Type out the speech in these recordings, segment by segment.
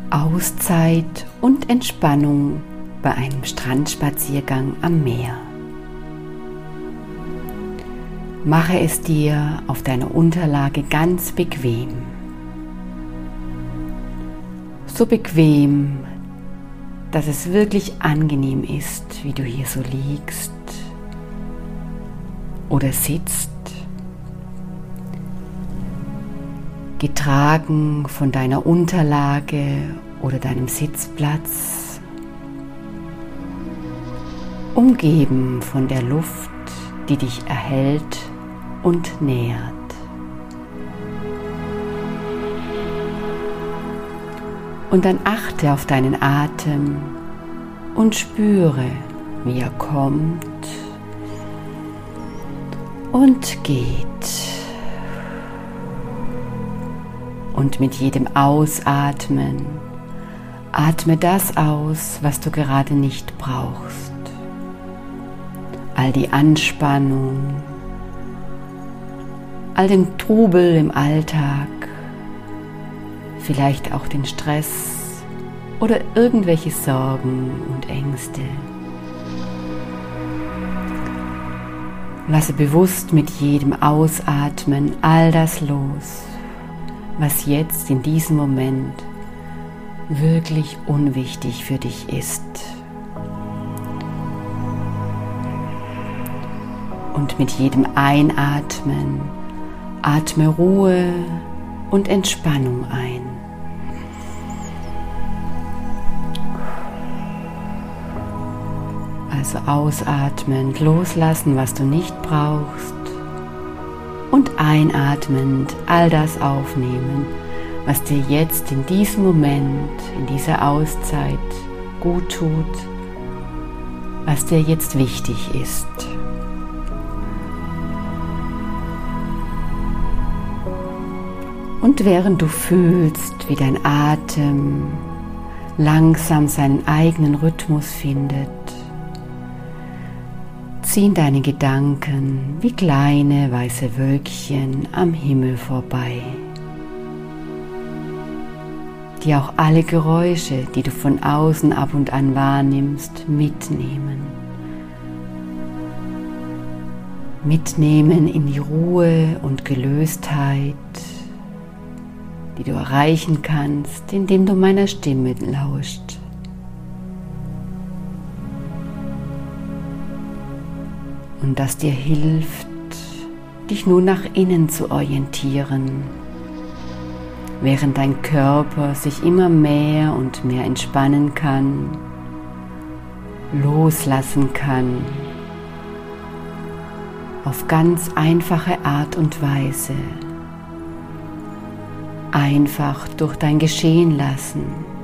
Auszeit und Entspannung bei einem Strandspaziergang am Meer. Mache es dir auf deiner Unterlage ganz bequem. So bequem, dass es wirklich angenehm ist, wie du hier so liegst oder sitzt, getragen von deiner Unterlage oder deinem Sitzplatz, umgeben von der Luft, die dich erhält und nährt. Und dann achte auf deinen Atem und spüre, wie er kommt und geht. Und mit jedem Ausatmen, atme das aus, was du gerade nicht brauchst. All die Anspannung, all den Trubel im Alltag, vielleicht auch den Stress oder irgendwelche Sorgen und Ängste. Lasse bewusst mit jedem Ausatmen all das los, was jetzt in diesem Moment wirklich unwichtig für dich ist. Und mit jedem Einatmen atme Ruhe und Entspannung ein. Also ausatmend loslassen, was du nicht brauchst, und einatmend all das aufnehmen, was dir jetzt in diesem Moment, in dieser Auszeit gut tut, was dir jetzt wichtig ist. Und während du fühlst, wie dein Atem langsam seinen eigenen Rhythmus findet, ziehen deine Gedanken wie kleine weiße Wölkchen am Himmel vorbei, die auch alle Geräusche, die du von außen ab und an wahrnimmst, mitnehmen. Mitnehmen in die Ruhe und Gelöstheit, die du erreichen kannst, indem du meiner Stimme lauscht. Und das dir hilft, dich nun nach innen zu orientieren, während dein Körper sich immer mehr und mehr entspannen kann, loslassen kann, auf ganz einfache Art und Weise. Einfach durch dein Geschehen lassen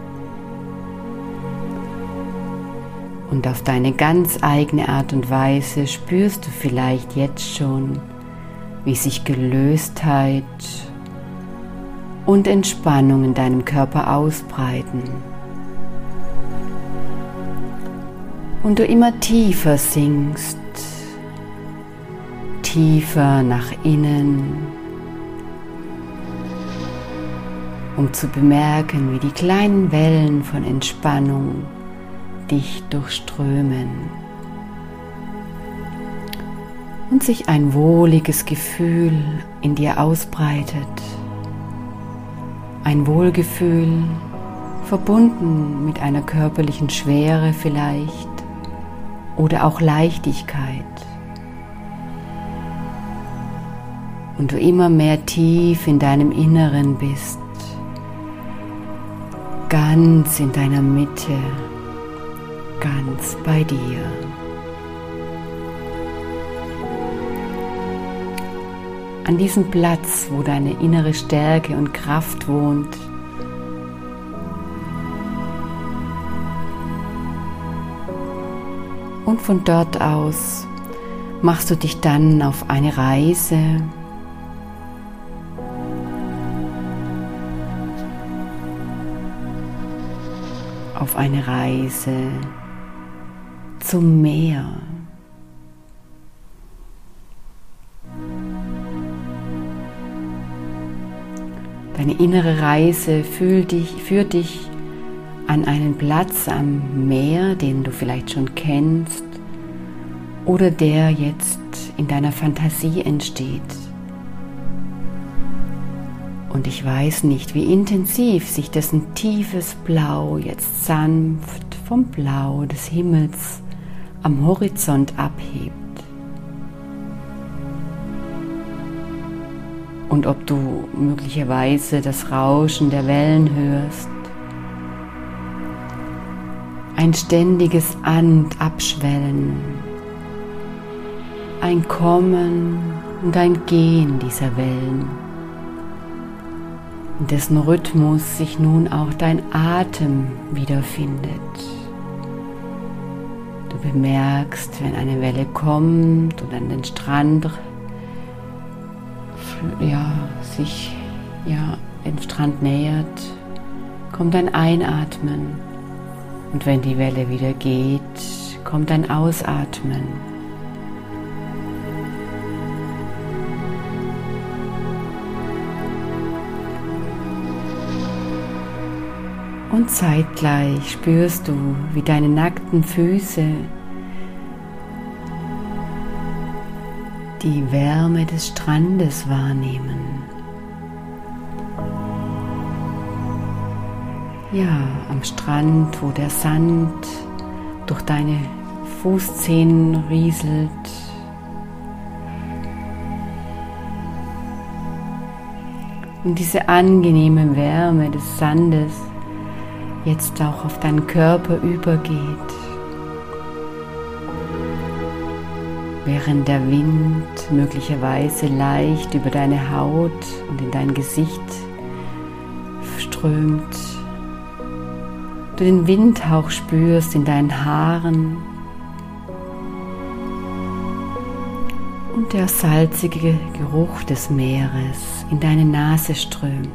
und auf deine ganz eigene Art und Weise spürst du vielleicht jetzt schon, wie sich Gelöstheit und Entspannung in deinem Körper ausbreiten und du immer tiefer sinkst, tiefer nach innen, um zu bemerken, wie die kleinen Wellen von Entspannung dich durchströmen und sich ein wohliges Gefühl in dir ausbreitet. Ein Wohlgefühl, verbunden mit einer körperlichen Schwere vielleicht oder auch Leichtigkeit. Und du immer mehr tief in deinem Inneren bist, ganz in deiner Mitte, ganz bei dir. An diesem Platz, wo deine innere Stärke und Kraft wohnt, und von dort aus machst du dich dann auf eine Reise zum Meer. Deine innere Reise führt dich an einen Platz am Meer, den du vielleicht schon kennst oder der jetzt in deiner Fantasie entsteht. Und ich weiß nicht, wie intensiv sich dessen tiefes Blau jetzt sanft vom Blau des Himmels am Horizont abhebt. Und ob du möglicherweise das Rauschen der Wellen hörst, ein ständiges An- und Abschwellen, ein Kommen und ein Gehen dieser Wellen, in dessen Rhythmus sich nun auch dein Atem wiederfindet. Du bemerkst, wenn eine Welle kommt und an den Strand sich dem Strand nähert, kommt ein Einatmen. Und wenn die Welle wieder geht, kommt ein Ausatmen. Und zeitgleich spürst du, wie deine nackten Füße die Wärme des Strandes wahrnehmen. Ja, am Strand, wo der Sand durch deine Fußzehen rieselt. Und diese angenehme Wärme des Sandes jetzt auch auf deinen Körper übergeht, während der Wind möglicherweise leicht über deine Haut und in dein Gesicht strömt. Du den Windhauch spürst in deinen Haaren und der salzige Geruch des Meeres in deine Nase strömt.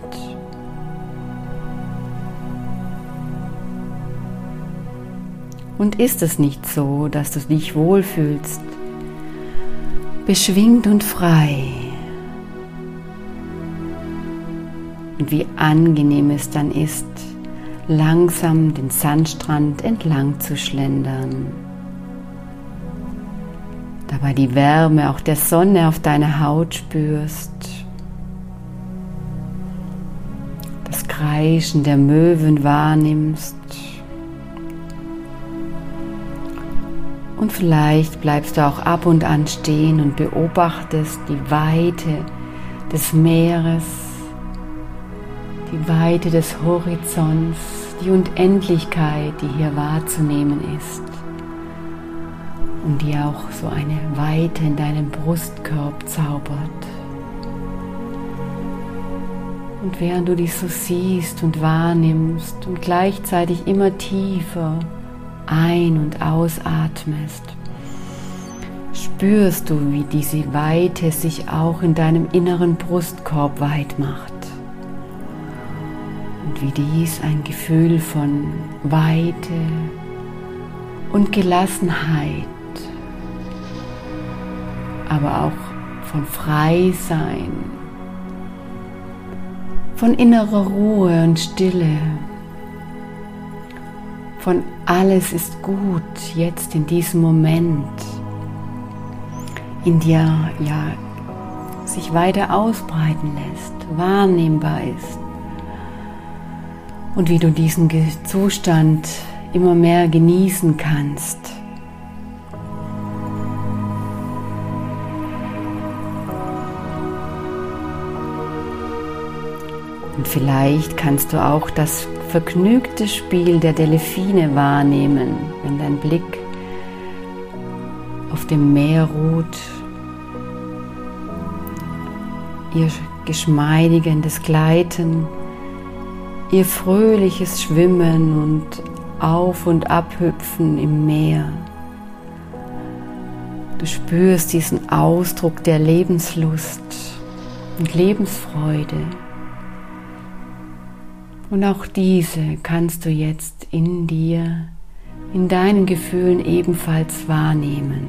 Und ist es nicht so, dass du dich wohlfühlst, beschwingt und frei? Und wie angenehm es dann ist, langsam den Sandstrand entlang zu schlendern. Dabei die Wärme auch der Sonne auf deiner Haut spürst, das Kreischen der Möwen wahrnimmst. Und vielleicht bleibst du auch ab und an stehen und beobachtest die Weite des Meeres, die Weite des Horizonts, die Unendlichkeit, die hier wahrzunehmen ist und die auch so eine Weite in deinem Brustkorb zaubert. Und während du dich so siehst und wahrnimmst und gleichzeitig immer tiefer ein- und ausatmest, spürst du, wie diese Weite sich auch in deinem inneren Brustkorb weit macht und wie dies ein Gefühl von Weite und Gelassenheit, aber auch von Freisein, von innerer Ruhe und Stille, von alles ist gut jetzt in diesem Moment in dir sich weiter ausbreiten lässt, wahrnehmbar ist. Und wie du diesen Zustand immer mehr genießen kannst. Und vielleicht kannst du auch das vergnügte Spiel der Delfine wahrnehmen, wenn dein Blick auf dem Meer ruht, ihr geschmeidiges Gleiten, ihr fröhliches Schwimmen und Auf- und Abhüpfen im Meer. Du spürst diesen Ausdruck der Lebenslust und Lebensfreude. Und auch diese kannst du jetzt in dir, in deinen Gefühlen ebenfalls wahrnehmen.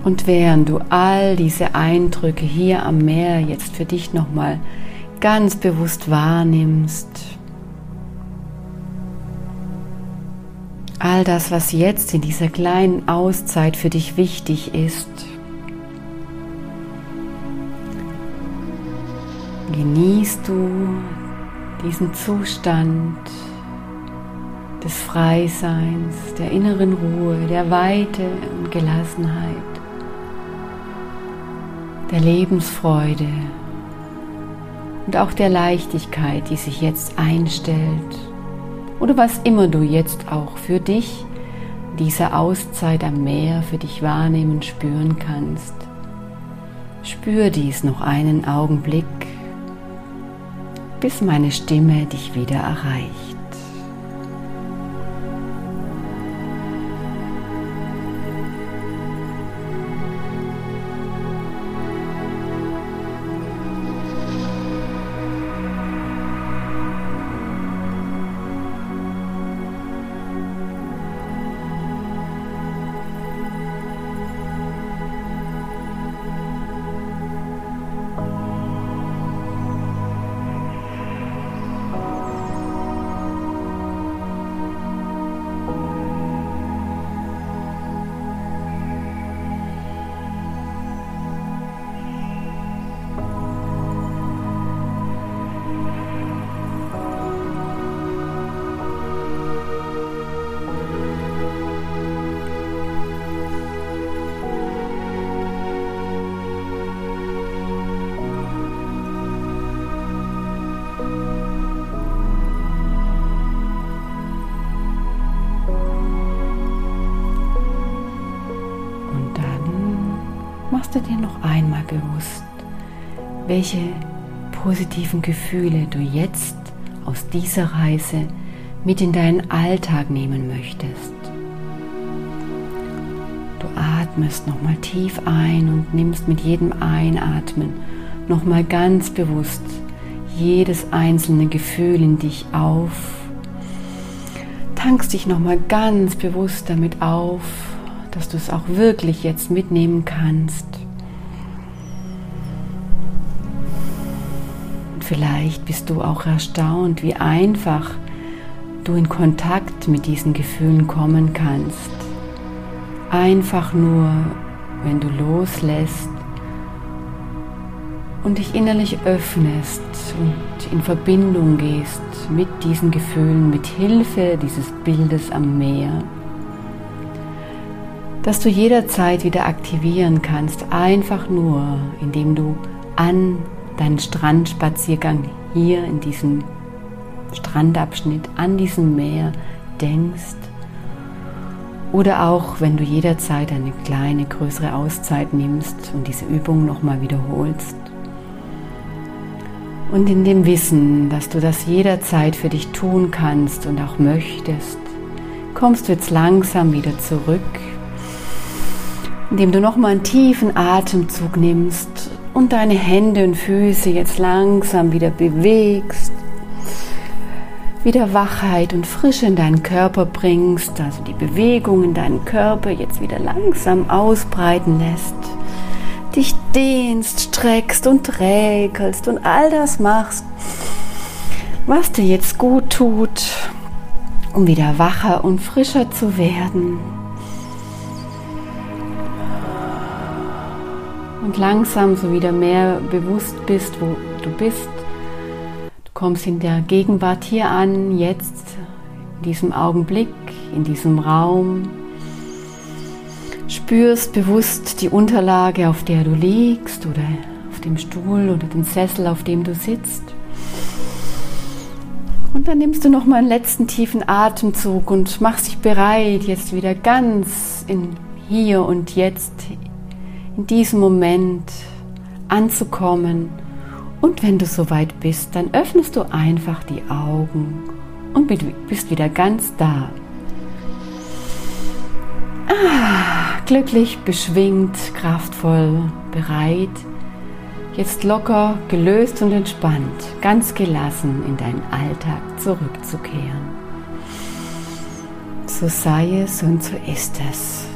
Und während du all diese Eindrücke hier am Meer jetzt für dich nochmal ganz bewusst wahrnimmst, all das, was jetzt in dieser kleinen Auszeit für dich wichtig ist, genießt du diesen Zustand des Freiseins, der inneren Ruhe, der Weite und Gelassenheit, der Lebensfreude und auch der Leichtigkeit, die sich jetzt einstellt, oder was immer du jetzt auch für dich diese Auszeit am Meer für dich wahrnehmen, spüren kannst. Spür dies noch einen Augenblick, bis meine Stimme dich wieder erreicht. Machst du dir noch einmal bewusst, welche positiven Gefühle du jetzt aus dieser Reise mit in deinen Alltag nehmen möchtest. Du atmest nochmal tief ein und nimmst mit jedem Einatmen nochmal ganz bewusst jedes einzelne Gefühl in dich auf. Tankst dich nochmal ganz bewusst damit auf, dass du es auch wirklich jetzt mitnehmen kannst. Und vielleicht bist du auch erstaunt, wie einfach du in Kontakt mit diesen Gefühlen kommen kannst. Einfach nur, wenn du loslässt und dich innerlich öffnest und in Verbindung gehst mit diesen Gefühlen, mit Hilfe dieses Bildes am Meer, das du jederzeit wieder aktivieren kannst, einfach nur, indem du an deinen Strandspaziergang hier in diesem Strandabschnitt, an diesem Meer denkst, oder auch, wenn du jederzeit eine kleine, größere Auszeit nimmst und diese Übung nochmal wiederholst. Und in dem Wissen, dass du das jederzeit für dich tun kannst und auch möchtest, kommst du jetzt langsam wieder zurück, indem du nochmal einen tiefen Atemzug nimmst und deine Hände und Füße jetzt langsam wieder bewegst, wieder Wachheit und Frische in deinen Körper bringst, also die Bewegung in deinen Körper jetzt wieder langsam ausbreiten lässt, dich dehnst, streckst und räkelst und all das machst, was dir jetzt gut tut, um wieder wacher und frischer zu werden. Und langsam so wieder mehr bewusst bist, wo du bist. Du kommst in der Gegenwart hier an, jetzt, in diesem Augenblick, in diesem Raum. Spürst bewusst die Unterlage, auf der du liegst oder auf dem Stuhl oder den Sessel, auf dem du sitzt. Und dann nimmst du nochmal einen letzten tiefen Atemzug und machst dich bereit, jetzt wieder ganz in hier und jetzt, in diesem Moment anzukommen. Und wenn du soweit bist, dann öffnest du einfach die Augen und bist wieder ganz da. Glücklich, beschwingt, kraftvoll, bereit, jetzt locker, gelöst und entspannt, ganz gelassen in deinen Alltag zurückzukehren. So sei es und so ist es.